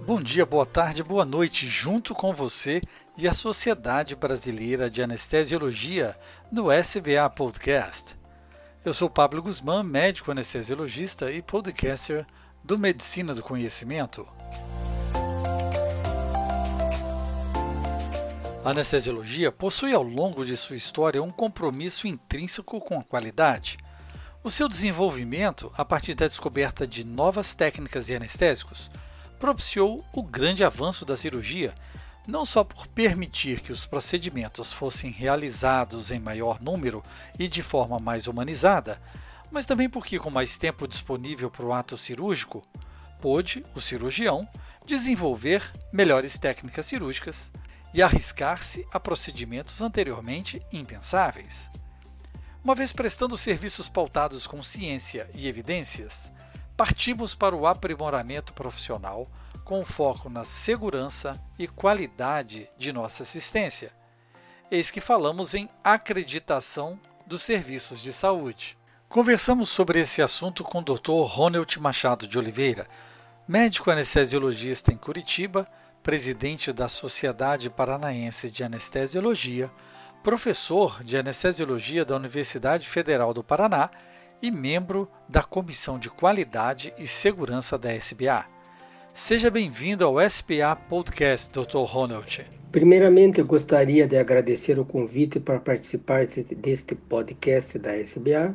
Bom dia, boa tarde, boa noite, junto com você e a Sociedade Brasileira de Anestesiologia no SBA Podcast. Eu sou Pablo Guzmán, médico anestesiologista e podcaster do Medicina do Conhecimento. A anestesiologia possui ao longo de sua história um compromisso intrínseco com a qualidade. O seu desenvolvimento, a partir da descoberta de novas técnicas e anestésicos, propiciou o grande avanço da cirurgia, não só por permitir que os procedimentos fossem realizados em maior número e de forma mais humanizada, mas também porque, com mais tempo disponível para o ato cirúrgico, pôde o cirurgião desenvolver melhores técnicas cirúrgicas e arriscar-se a procedimentos anteriormente impensáveis. Uma vez prestando serviços pautados com ciência e evidências, partimos para o aprimoramento profissional com foco na segurança e qualidade de nossa assistência. Eis que falamos em acreditação dos serviços de saúde. Conversamos sobre esse assunto com o Dr. Ronald Machado de Oliveira, médico anestesiologista em Curitiba, presidente da Sociedade Paranaense de Anestesiologia, professor de anestesiologia da Universidade Federal do Paraná e membro da Comissão de Qualidade e Segurança da SBA. Seja bem-vindo ao SBA Podcast, Dr. Ronald. Primeiramente, eu gostaria de agradecer o convite para participar deste podcast da SBA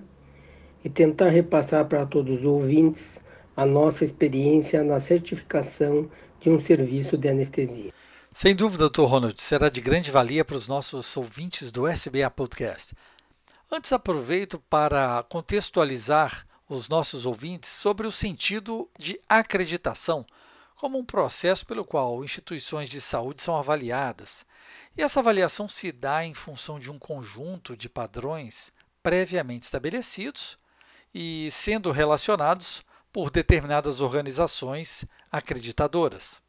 e tentar repassar para todos os ouvintes a nossa experiência na certificação de um serviço de anestesia. Sem dúvida, Dr. Ronald, será de grande valia para os nossos ouvintes do SBA Podcast. Antes, aproveito para contextualizar os nossos ouvintes sobre o sentido de acreditação, como um processo pelo qual instituições de saúde são avaliadas. E essa avaliação se dá em função de um conjunto de padrões previamente estabelecidos e sendo relacionados por determinadas organizações acreditadoras.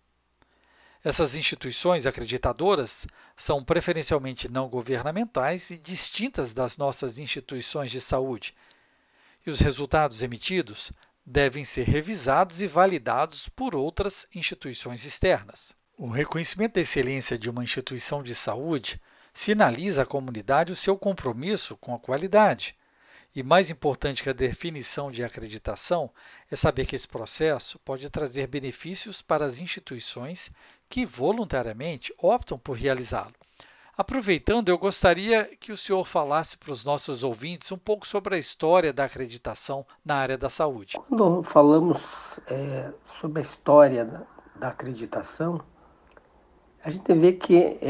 Essas instituições acreditadoras são preferencialmente não governamentais e distintas das nossas instituições de saúde, e os resultados emitidos devem ser revisados e validados por outras instituições externas. O reconhecimento da excelência de uma instituição de saúde sinaliza à comunidade o seu compromisso com a qualidade. E mais importante que a definição de acreditação é saber que esse processo pode trazer benefícios para as instituições que voluntariamente optam por realizá-lo. Aproveitando, eu gostaria que o senhor falasse para os nossos ouvintes um pouco sobre a história da acreditação na área da saúde. Quando falamos sobre a história da acreditação, a gente vê que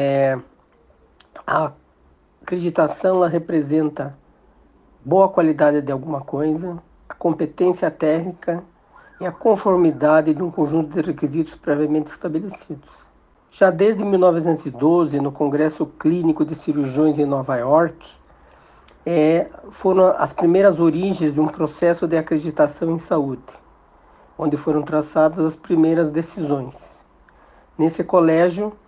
a acreditação ela representa boa qualidade de alguma coisa, a competência técnica e a conformidade de um conjunto de requisitos previamente estabelecidos. Já desde 1912, no Congresso Clínico de Cirurgiões em Nova York, foram as primeiras origens de um processo de acreditação em saúde, onde foram traçadas as primeiras decisões. Nesse colégio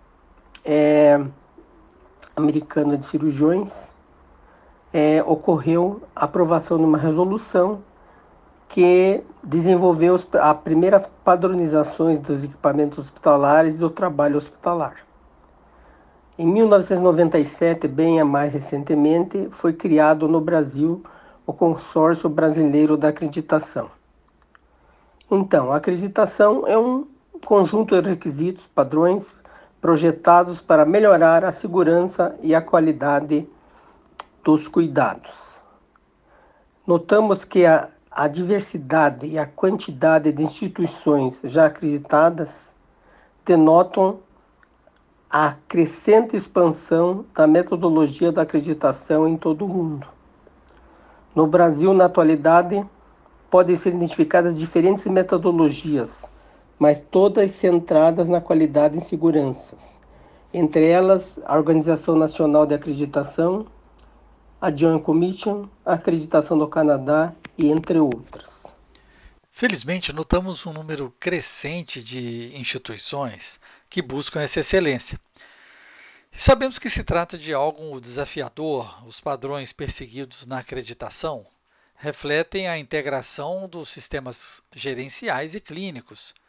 americano de cirurgiões, ocorreu a aprovação de uma resolução que desenvolveu as primeiras padronizações dos equipamentos hospitalares e do trabalho hospitalar. Em 1997, bem mais recentemente, foi criado no Brasil o Consórcio Brasileiro da Acreditação. Então, a acreditação é um conjunto de requisitos, padrões, projetados para melhorar a segurança e a qualidade dos cuidados. Notamos que a diversidade e a quantidade de instituições já acreditadas denotam a crescente expansão da metodologia da acreditação em todo o mundo. No Brasil, na atualidade, podem ser identificadas diferentes metodologias, mas todas centradas na qualidade e segurança. Entre elas, a Organização Nacional de Acreditação, a Joint Commission, a acreditação do Canadá e entre outras. Felizmente, notamos um número crescente de instituições que buscam essa excelência. Sabemos que se trata de algo desafiador. Os padrões perseguidos na acreditação refletem a integração dos sistemas gerenciais e clínicos,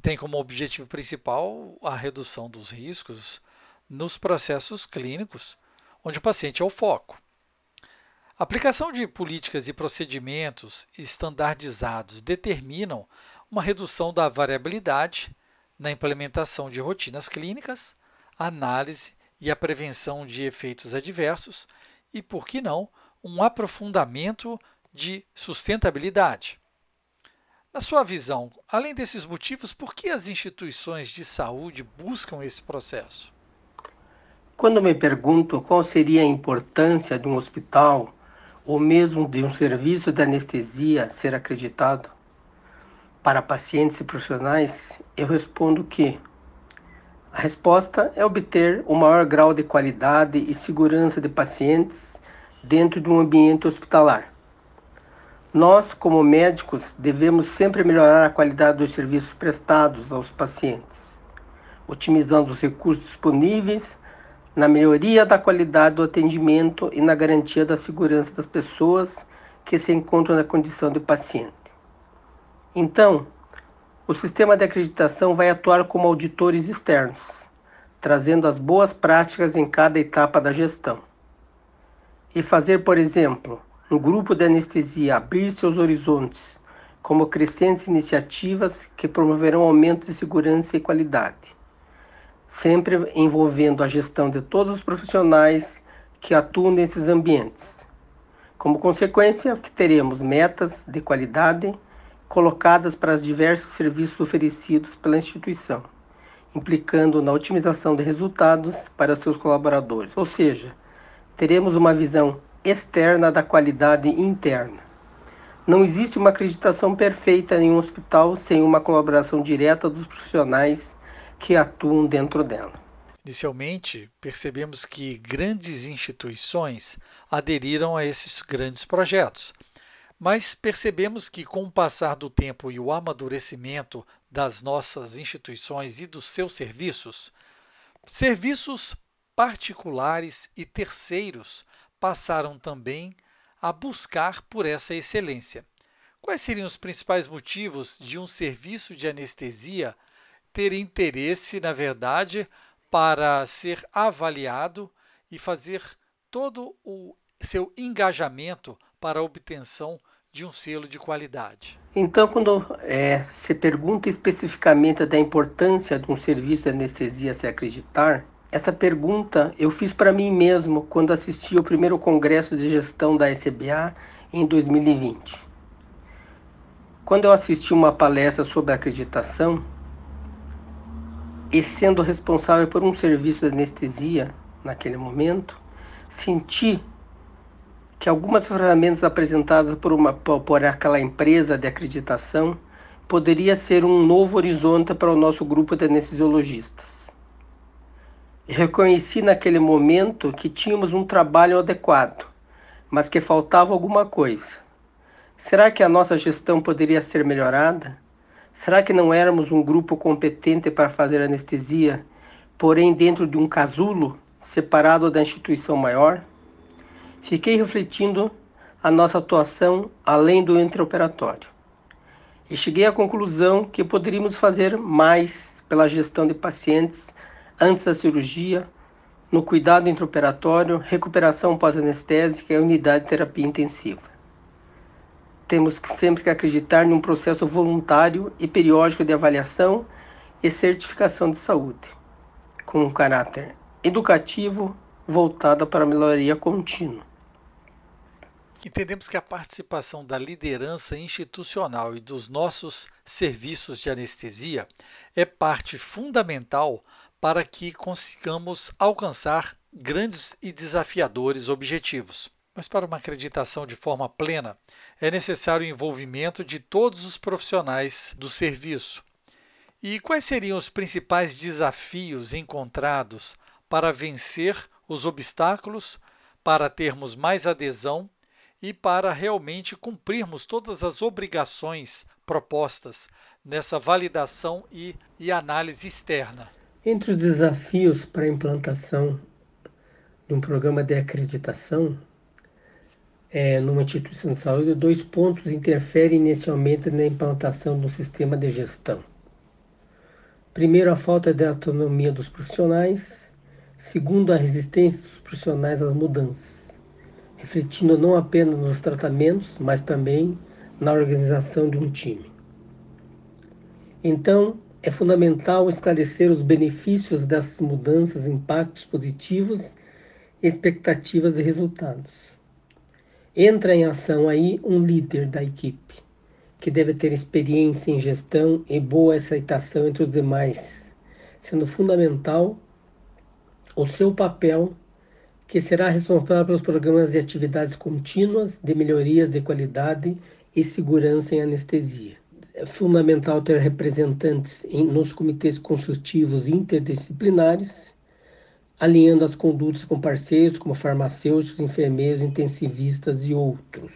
tem como objetivo principal a redução dos riscos nos processos clínicos, onde o paciente é o foco. A aplicação de políticas e procedimentos estandardizados determinam uma redução da variabilidade na implementação de rotinas clínicas, a análise e a prevenção de efeitos adversos e, por que não, um aprofundamento de sustentabilidade. Na sua visão, além desses motivos, por que as instituições de saúde buscam esse processo? Quando me pergunto qual seria a importância de um hospital ou mesmo de um serviço de anestesia ser acreditado para pacientes e profissionais, eu respondo que a resposta é obter o maior grau de qualidade e segurança de pacientes dentro de um ambiente hospitalar. Nós, como médicos, devemos sempre melhorar a qualidade dos serviços prestados aos pacientes, otimizando os recursos disponíveis na melhoria da qualidade do atendimento e na garantia da segurança das pessoas que se encontram na condição de paciente. Então, o sistema de acreditação vai atuar como auditores externos, trazendo as boas práticas em cada etapa da gestão. E fazer, por exemplo, um grupo de anestesia abrir seus horizontes, como crescentes iniciativas que promoverão aumento de segurança e qualidade, sempre envolvendo a gestão de todos os profissionais que atuam nesses ambientes. Como consequência, que teremos metas de qualidade colocadas para os diversos serviços oferecidos pela instituição, implicando na otimização de resultados para seus colaboradores, ou seja, teremos uma visão externa da qualidade interna. Não existe uma acreditação perfeita em um hospital sem uma colaboração direta dos profissionais que atuam dentro dela. Inicialmente, percebemos que grandes instituições aderiram a esses grandes projetos, mas percebemos que, com o passar do tempo e o amadurecimento das nossas instituições e dos seus serviços, serviços particulares e terceiros passaram também a buscar por essa excelência. Quais seriam os principais motivos de um serviço de anestesia ter interesse, na verdade, para ser avaliado e fazer todo o seu engajamento para a obtenção de um selo de qualidade? Então, quando se pergunta especificamente da importância de um serviço de anestesia se acreditar, essa pergunta eu fiz para mim mesmo quando assisti ao primeiro congresso de gestão da SBA em 2020. Quando eu assisti uma palestra sobre acreditação, e sendo responsável por um serviço de anestesia naquele momento, senti que algumas ferramentas apresentadas por aquela empresa de acreditação poderia ser um novo horizonte para o nosso grupo de anestesiologistas. E reconheci naquele momento que tínhamos um trabalho adequado, mas que faltava alguma coisa. Será que a nossa gestão poderia ser melhorada? Será que não éramos um grupo competente para fazer anestesia, porém dentro de um casulo, separado da instituição maior? Fiquei refletindo a nossa atuação além do intraoperatório. E cheguei à conclusão que poderíamos fazer mais pela gestão de pacientes antes da cirurgia, no cuidado intraoperatório, recuperação pós-anestésica e unidade de terapia intensiva. Temos sempre que acreditar num processo voluntário e periódico de avaliação e certificação de saúde, com um caráter educativo voltado para a melhoria contínua. Entendemos que a participação da liderança institucional e dos nossos serviços de anestesia é parte fundamental para que consigamos alcançar grandes e desafiadores objetivos. Mas para uma acreditação de forma plena, é necessário o envolvimento de todos os profissionais do serviço. E quais seriam os principais desafios encontrados para vencer os obstáculos, para termos mais adesão e para realmente cumprirmos todas as obrigações propostas nessa validação e análise externa? Entre os desafios para a implantação de um programa de acreditação, numa instituição de saúde, 2 pontos interferem inicialmente na implantação do sistema de gestão. Primeiro, a falta de autonomia dos profissionais. Segundo, a resistência dos profissionais às mudanças, refletindo não apenas nos tratamentos, mas também na organização de um time. Então, é fundamental esclarecer os benefícios dessas mudanças, impactos positivos, expectativas e resultados. Entra em ação aí um líder da equipe, que deve ter experiência em gestão e boa aceitação entre os demais, sendo fundamental o seu papel, que será responsável pelos programas de atividades contínuas de melhorias de qualidade e segurança em anestesia. É fundamental ter representantes nos comitês consultivos interdisciplinares, alinhando as condutas com parceiros como farmacêuticos, enfermeiros, intensivistas e outros.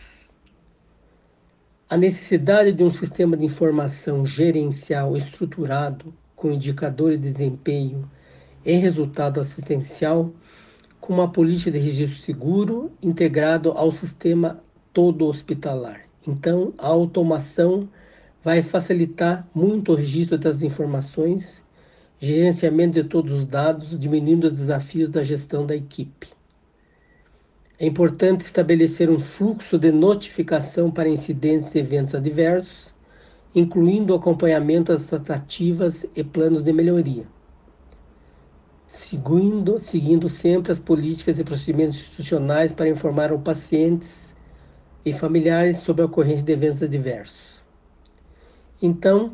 A necessidade de um sistema de informação gerencial estruturado, com indicadores de desempenho e resultado assistencial, com uma política de registro seguro integrado ao sistema todo hospitalar. Então, a automação vai facilitar muito o registro das informações, gerenciamento de todos os dados, diminuindo os desafios da gestão da equipe. É importante estabelecer um fluxo de notificação para incidentes e eventos adversos, incluindo o acompanhamento das tratativas e planos de melhoria, seguindo sempre as políticas e procedimentos institucionais para informar os pacientes e familiares sobre a ocorrência de eventos adversos. Então,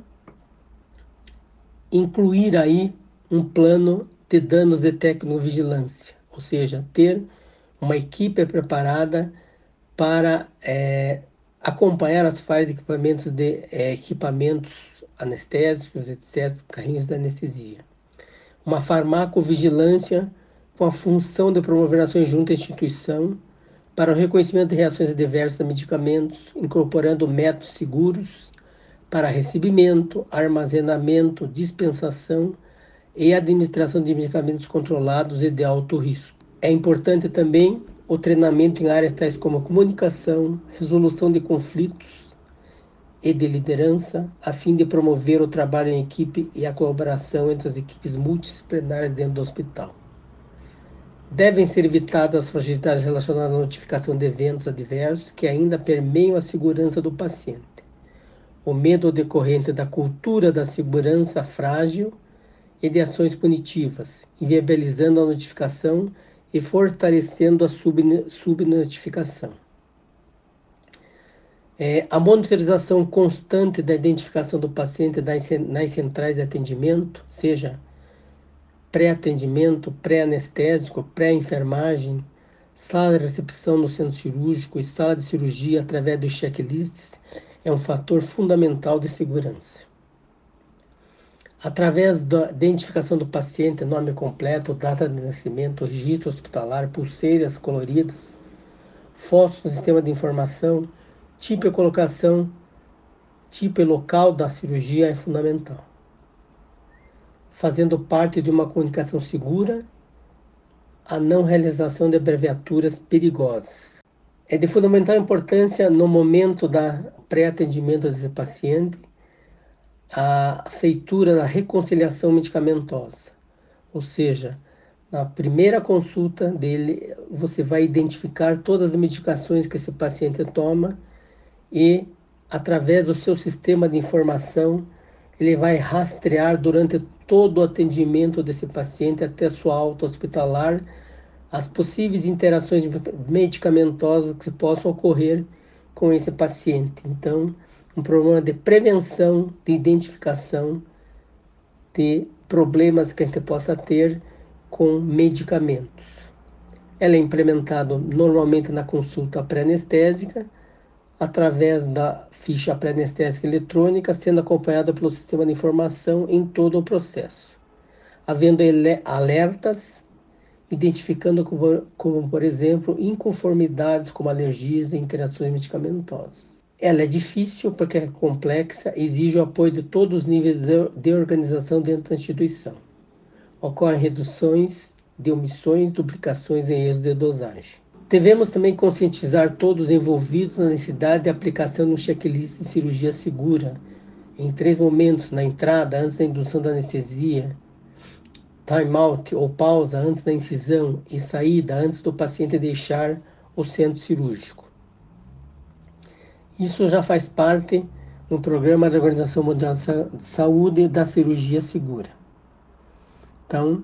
incluir aí um plano de danos de tecnovigilância, ou seja, ter uma equipe preparada para acompanhar as falhas de equipamentos anestésicos, etc., carrinhos de anestesia. Uma farmacovigilância com a função de promover ações junto à instituição para o reconhecimento de reações adversas a medicamentos, incorporando métodos seguros para recebimento, armazenamento, dispensação e administração de medicamentos controlados e de alto risco. É importante também o treinamento em áreas tais como a comunicação, resolução de conflitos e de liderança, a fim de promover o trabalho em equipe e a colaboração entre as equipes multidisciplinares dentro do hospital. Devem ser evitadas as fragilidades relacionadas à notificação de eventos adversos que ainda permeiam a segurança do paciente. O medo decorrente da cultura da segurança frágil e de ações punitivas, inviabilizando a notificação e fortalecendo a subnotificação. A monitorização constante da identificação do paciente nas centrais de atendimento, seja pré-atendimento, pré-anestésico, pré-enfermagem, sala de recepção no centro cirúrgico e sala de cirurgia através dos checklists, é um fator fundamental de segurança. Através da identificação do paciente, nome completo, data de nascimento, registro hospitalar, pulseiras coloridas, fotos no sistema de informação, tipo e colocação, tipo e local da cirurgia é fundamental, fazendo parte de uma comunicação segura, a não realização de abreviaturas perigosas. É de fundamental importância no momento da pré-atendimento desse paciente, a feitura da reconciliação medicamentosa, ou seja, na primeira consulta dele, você vai identificar todas as medicações que esse paciente toma e, através do seu sistema de informação, ele vai rastrear durante todo o atendimento desse paciente até a sua alta hospitalar as possíveis interações medicamentosas que possam ocorrer com esse paciente. Então, um programa de prevenção, de identificação de problemas que a gente possa ter com medicamentos. Ela é implementada normalmente na consulta pré-anestésica, através da ficha pré-anestésica eletrônica, sendo acompanhada pelo sistema de informação em todo o processo, havendo alertas, identificando como, por exemplo, inconformidades como alergias e interações medicamentosas. Ela é difícil porque é complexa e exige o apoio de todos os níveis de organização dentro da instituição. Ocorrem reduções de omissões, duplicações e erros de dosagem. Devemos também conscientizar todos os envolvidos na necessidade de aplicação de um checklist de cirurgia segura em 3 momentos na entrada, antes da indução da anestesia, time-out ou pausa antes da incisão e saída antes do paciente deixar o centro cirúrgico. Isso já faz parte no programa da Organização Mundial de Saúde da cirurgia segura. Então,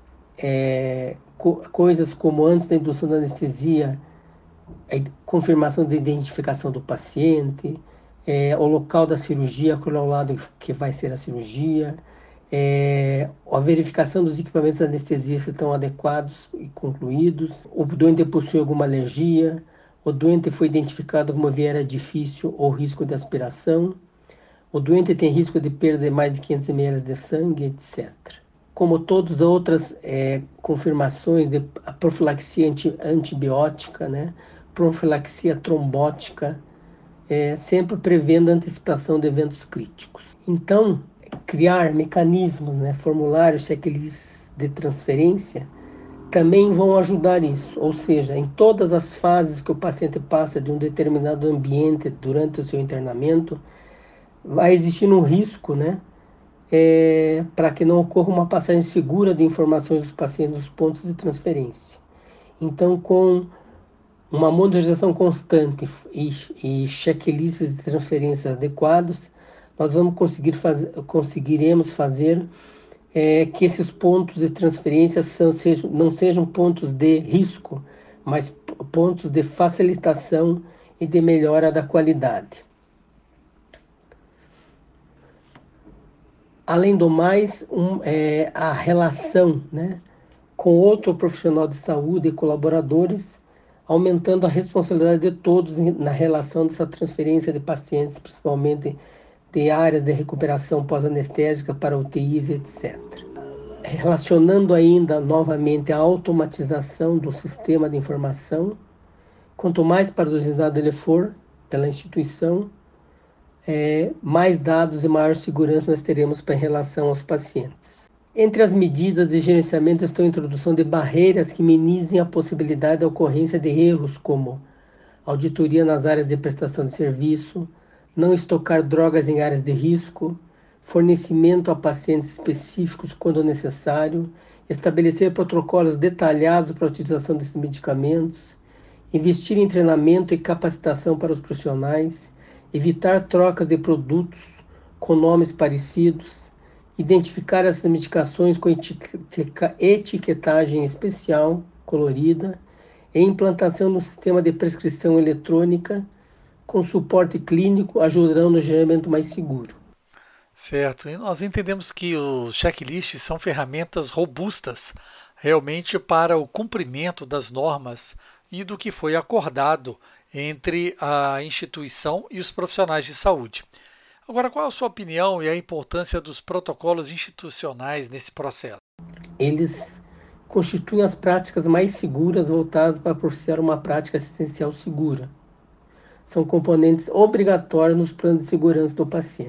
coisas como antes da indução da anestesia, a confirmação da identificação do paciente, o local da cirurgia, qual é o lado que vai ser a cirurgia, a verificação dos equipamentos de anestesia se estão adequados e concluídos, o doente possui alguma alergia, o doente foi identificado como viera difícil ou risco de aspiração, o doente tem risco de perda de mais de 500 ml de sangue, etc. Como todas as outras confirmações de profilaxia antibiótica, né? Profilaxia trombótica, sempre prevendo a antecipação de eventos críticos. Então, criar mecanismos, né, formulários, checklists de transferência, também vão ajudar isso. Ou seja, em todas as fases que o paciente passa de um determinado ambiente durante o seu internamento, vai existir um risco, né, para que não ocorra uma passagem segura de informações dos pacientes nos pontos de transferência. Então, com uma monitorização constante e checklists de transferência adequados, nós conseguiremos fazer que esses pontos de transferência não sejam pontos de risco, mas pontos de facilitação e de melhora da qualidade. Além do mais, a relação, né, com outro profissional de saúde e colaboradores, aumentando a responsabilidade de todos na relação dessa transferência de pacientes, principalmente de áreas de recuperação pós-anestésica para UTIs, etc. Relacionando ainda novamente a automatização do sistema de informação, quanto mais padronizado ele for pela instituição, mais dados e maior segurança nós teremos em relação aos pacientes. Entre as medidas de gerenciamento estão a introdução de barreiras que minimizem a possibilidade da ocorrência de erros, como auditoria nas áreas de prestação de serviço, não estocar drogas em áreas de risco, fornecimento a pacientes específicos quando necessário, estabelecer protocolos detalhados para a utilização desses medicamentos, investir em treinamento e capacitação para os profissionais, evitar trocas de produtos com nomes parecidos, identificar essas medicações com etiquetagem especial, colorida, e implantação no sistema de prescrição eletrônica com suporte clínico ajudarão no gerenciamento mais seguro. Certo, e nós entendemos que os checklists são ferramentas robustas realmente para o cumprimento das normas e do que foi acordado entre a instituição e os profissionais de saúde. Agora, qual a sua opinião e a importância dos protocolos institucionais nesse processo? Eles constituem as práticas mais seguras voltadas para propiciar uma prática assistencial segura. São componentes obrigatórios nos planos de segurança do paciente.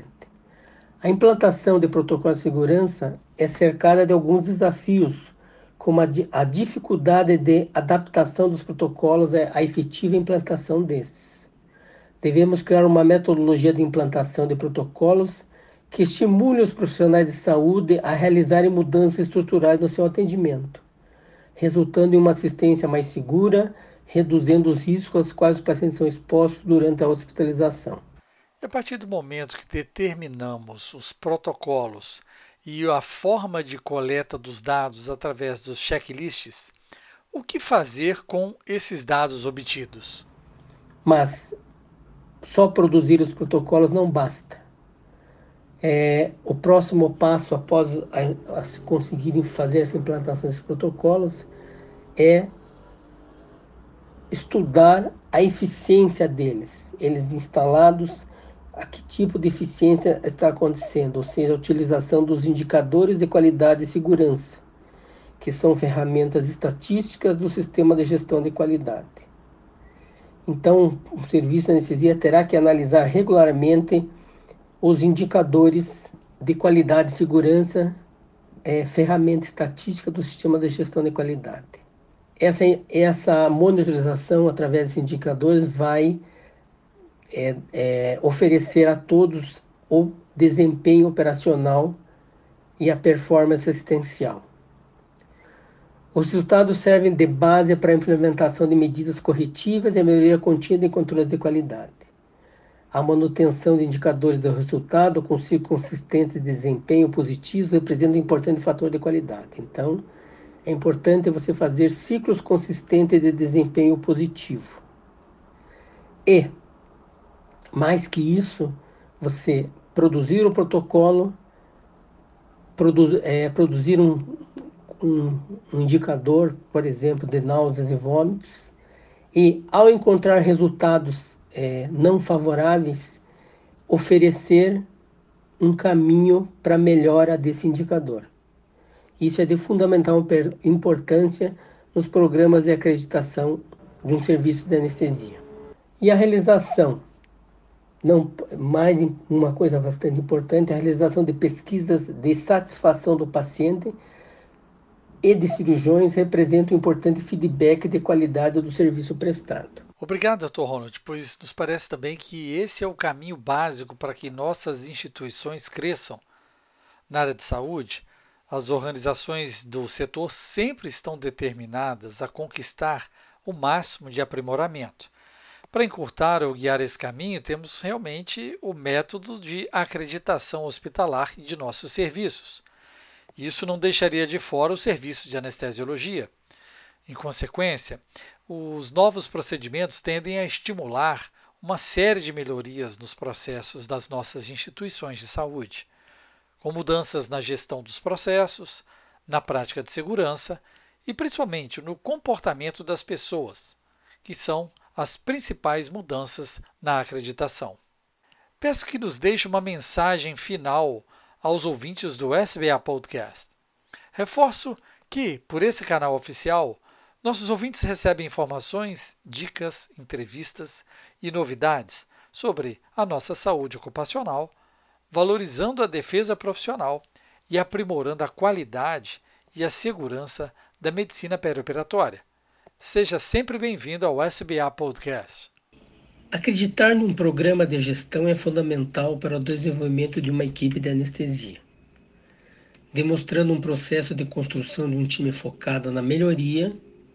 A implantação de protocolos de segurança é cercada de alguns desafios, como a dificuldade de adaptação dos protocolos à efetiva implantação desses. Devemos criar uma metodologia de implantação de protocolos que estimule os profissionais de saúde a realizarem mudanças estruturais no seu atendimento, resultando em uma assistência mais segura, reduzindo os riscos aos quais os pacientes são expostos durante a hospitalização. E a partir do momento que determinamos os protocolos e a forma de coleta dos dados através dos checklists, o que fazer com esses dados obtidos? Mas só produzir os protocolos não basta. O próximo passo, após se conseguirem fazer essa implantação desses protocolos, é estudar a eficiência deles, eles instalados, a que tipo de eficiência está acontecendo, ou seja, a utilização dos indicadores de qualidade e segurança, que são ferramentas estatísticas do sistema de gestão de qualidade. Então, o serviço de anestesia terá que analisar regularmente os indicadores de qualidade e segurança, ferramenta estatística do sistema de gestão de qualidade. Essa monitorização através desses indicadores vai oferecer a todos desempenho operacional e a performance assistencial. Os resultados servem de base para a implementação de medidas corretivas e a melhoria contínua em controles de qualidade. A manutenção de indicadores do resultado com ciclos consistentes de desempenho positivo representa um importante fator de qualidade. Então, é importante você fazer ciclos consistentes de desempenho positivo. E, mais que isso, você produzir o protocolo, produzir um indicador, por exemplo, de náuseas e vômitos, e ao encontrar resultados não favoráveis, oferecer um caminho para melhora desse indicador. Isso é de fundamental importância nos programas de acreditação de um serviço de anestesia. E a realização, não mais uma coisa bastante importante, a realização de pesquisas de satisfação do paciente e de cirurgiões representa um importante feedback de qualidade do serviço prestado. Obrigado, Dr. Ronald, pois nos parece também que esse é o caminho básico para que nossas instituições cresçam. Na área de saúde, as organizações do setor sempre estão determinadas a conquistar o máximo de aprimoramento. Para encurtar ou guiar esse caminho, temos realmente o método de acreditação hospitalar de nossos serviços. Isso não deixaria de fora o serviço de anestesiologia. Em consequência, os novos procedimentos tendem a estimular uma série de melhorias nos processos das nossas instituições de saúde, com mudanças na gestão dos processos, na prática de segurança e principalmente no comportamento das pessoas, que são as principais mudanças na acreditação. Peço que nos deixe uma mensagem final aos ouvintes do SBA Podcast. Reforço que, por esse canal oficial, nossos ouvintes recebem informações, dicas, entrevistas e novidades sobre a nossa saúde ocupacional, valorizando a defesa profissional e aprimorando a qualidade e a segurança da medicina perioperatória. Seja sempre bem-vindo ao SBA Podcast. Acreditar num programa de gestão é fundamental para o desenvolvimento de uma equipe de anestesia, demonstrando um processo de construção de um time focado na melhoria,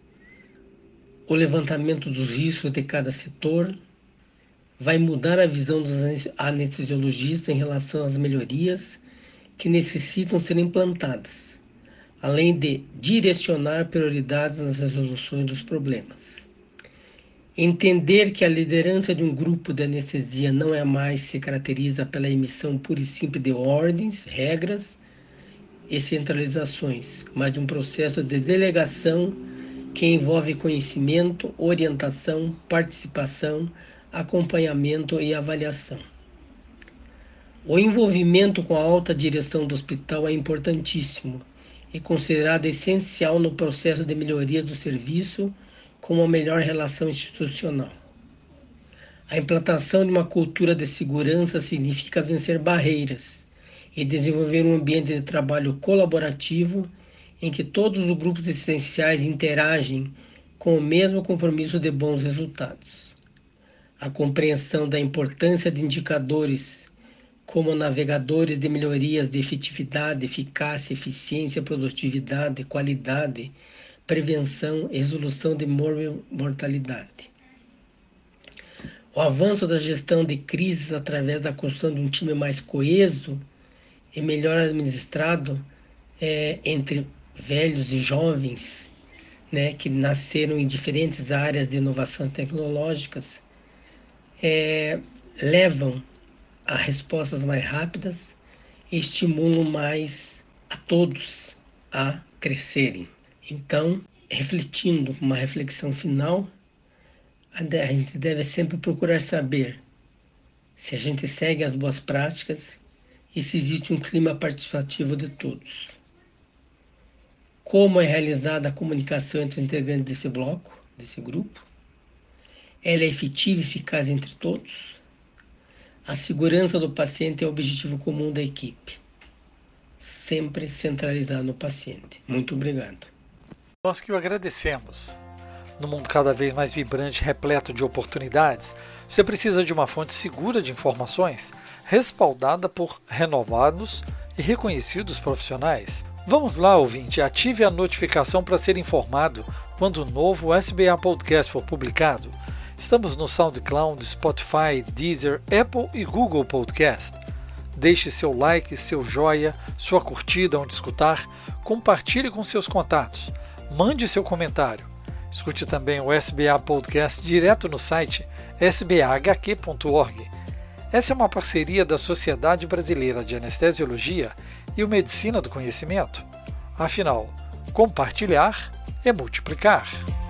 o levantamento dos riscos de cada setor, vai mudar a visão dos anestesiologistas em relação às melhorias que necessitam ser implantadas, além de direcionar prioridades nas resoluções dos problemas. Entender que a liderança de um grupo de anestesia não é mais se caracteriza pela emissão pura e simples de ordens, regras e centralizações, mas de um processo de delegação que envolve conhecimento, orientação, participação, acompanhamento e avaliação. O envolvimento com a alta direção do hospital é importantíssimo e considerado essencial no processo de melhoria do serviço com uma melhor relação institucional. A implantação de uma cultura de segurança significa vencer barreiras e desenvolver um ambiente de trabalho colaborativo em que todos os grupos essenciais interagem com o mesmo compromisso de bons resultados. A compreensão da importância de indicadores como navegadores de melhorias de efetividade, eficácia, eficiência, produtividade, qualidade, prevenção e resolução de mortalidade. O avanço da gestão de crises através da construção de um time mais coeso e melhor administrado entre velhos e jovens, que nasceram em diferentes áreas de inovação tecnológicas, levam a respostas mais rápidas e estimulam mais a todos a crescerem. Então, refletindo uma reflexão final, a gente deve sempre procurar saber se a gente segue as boas práticas e se existe um clima participativo de todos. Como é realizada a comunicação entre os integrantes desse bloco, desse grupo? Ela é efetiva e eficaz entre todos? A segurança do paciente é o objetivo comum da equipe, sempre centralizado no paciente. Muito obrigado. Nós que o agradecemos. No mundo cada vez mais vibrante e repleto de oportunidades, você precisa de uma fonte segura de informações, respaldada por renovados e reconhecidos profissionais. Vamos lá, ouvinte, ative a notificação para ser informado quando o novo SBA Podcast for publicado. Estamos no SoundCloud, Spotify, Deezer, Apple e Google Podcast. Deixe seu like, seu joia, sua curtida onde escutar, compartilhe com seus contatos, mande seu comentário. Escute também o SBA Podcast direto no site sbahq.org. Essa é uma parceria da Sociedade Brasileira de Anestesiologia e o Medicina do Conhecimento. Afinal, compartilhar é multiplicar.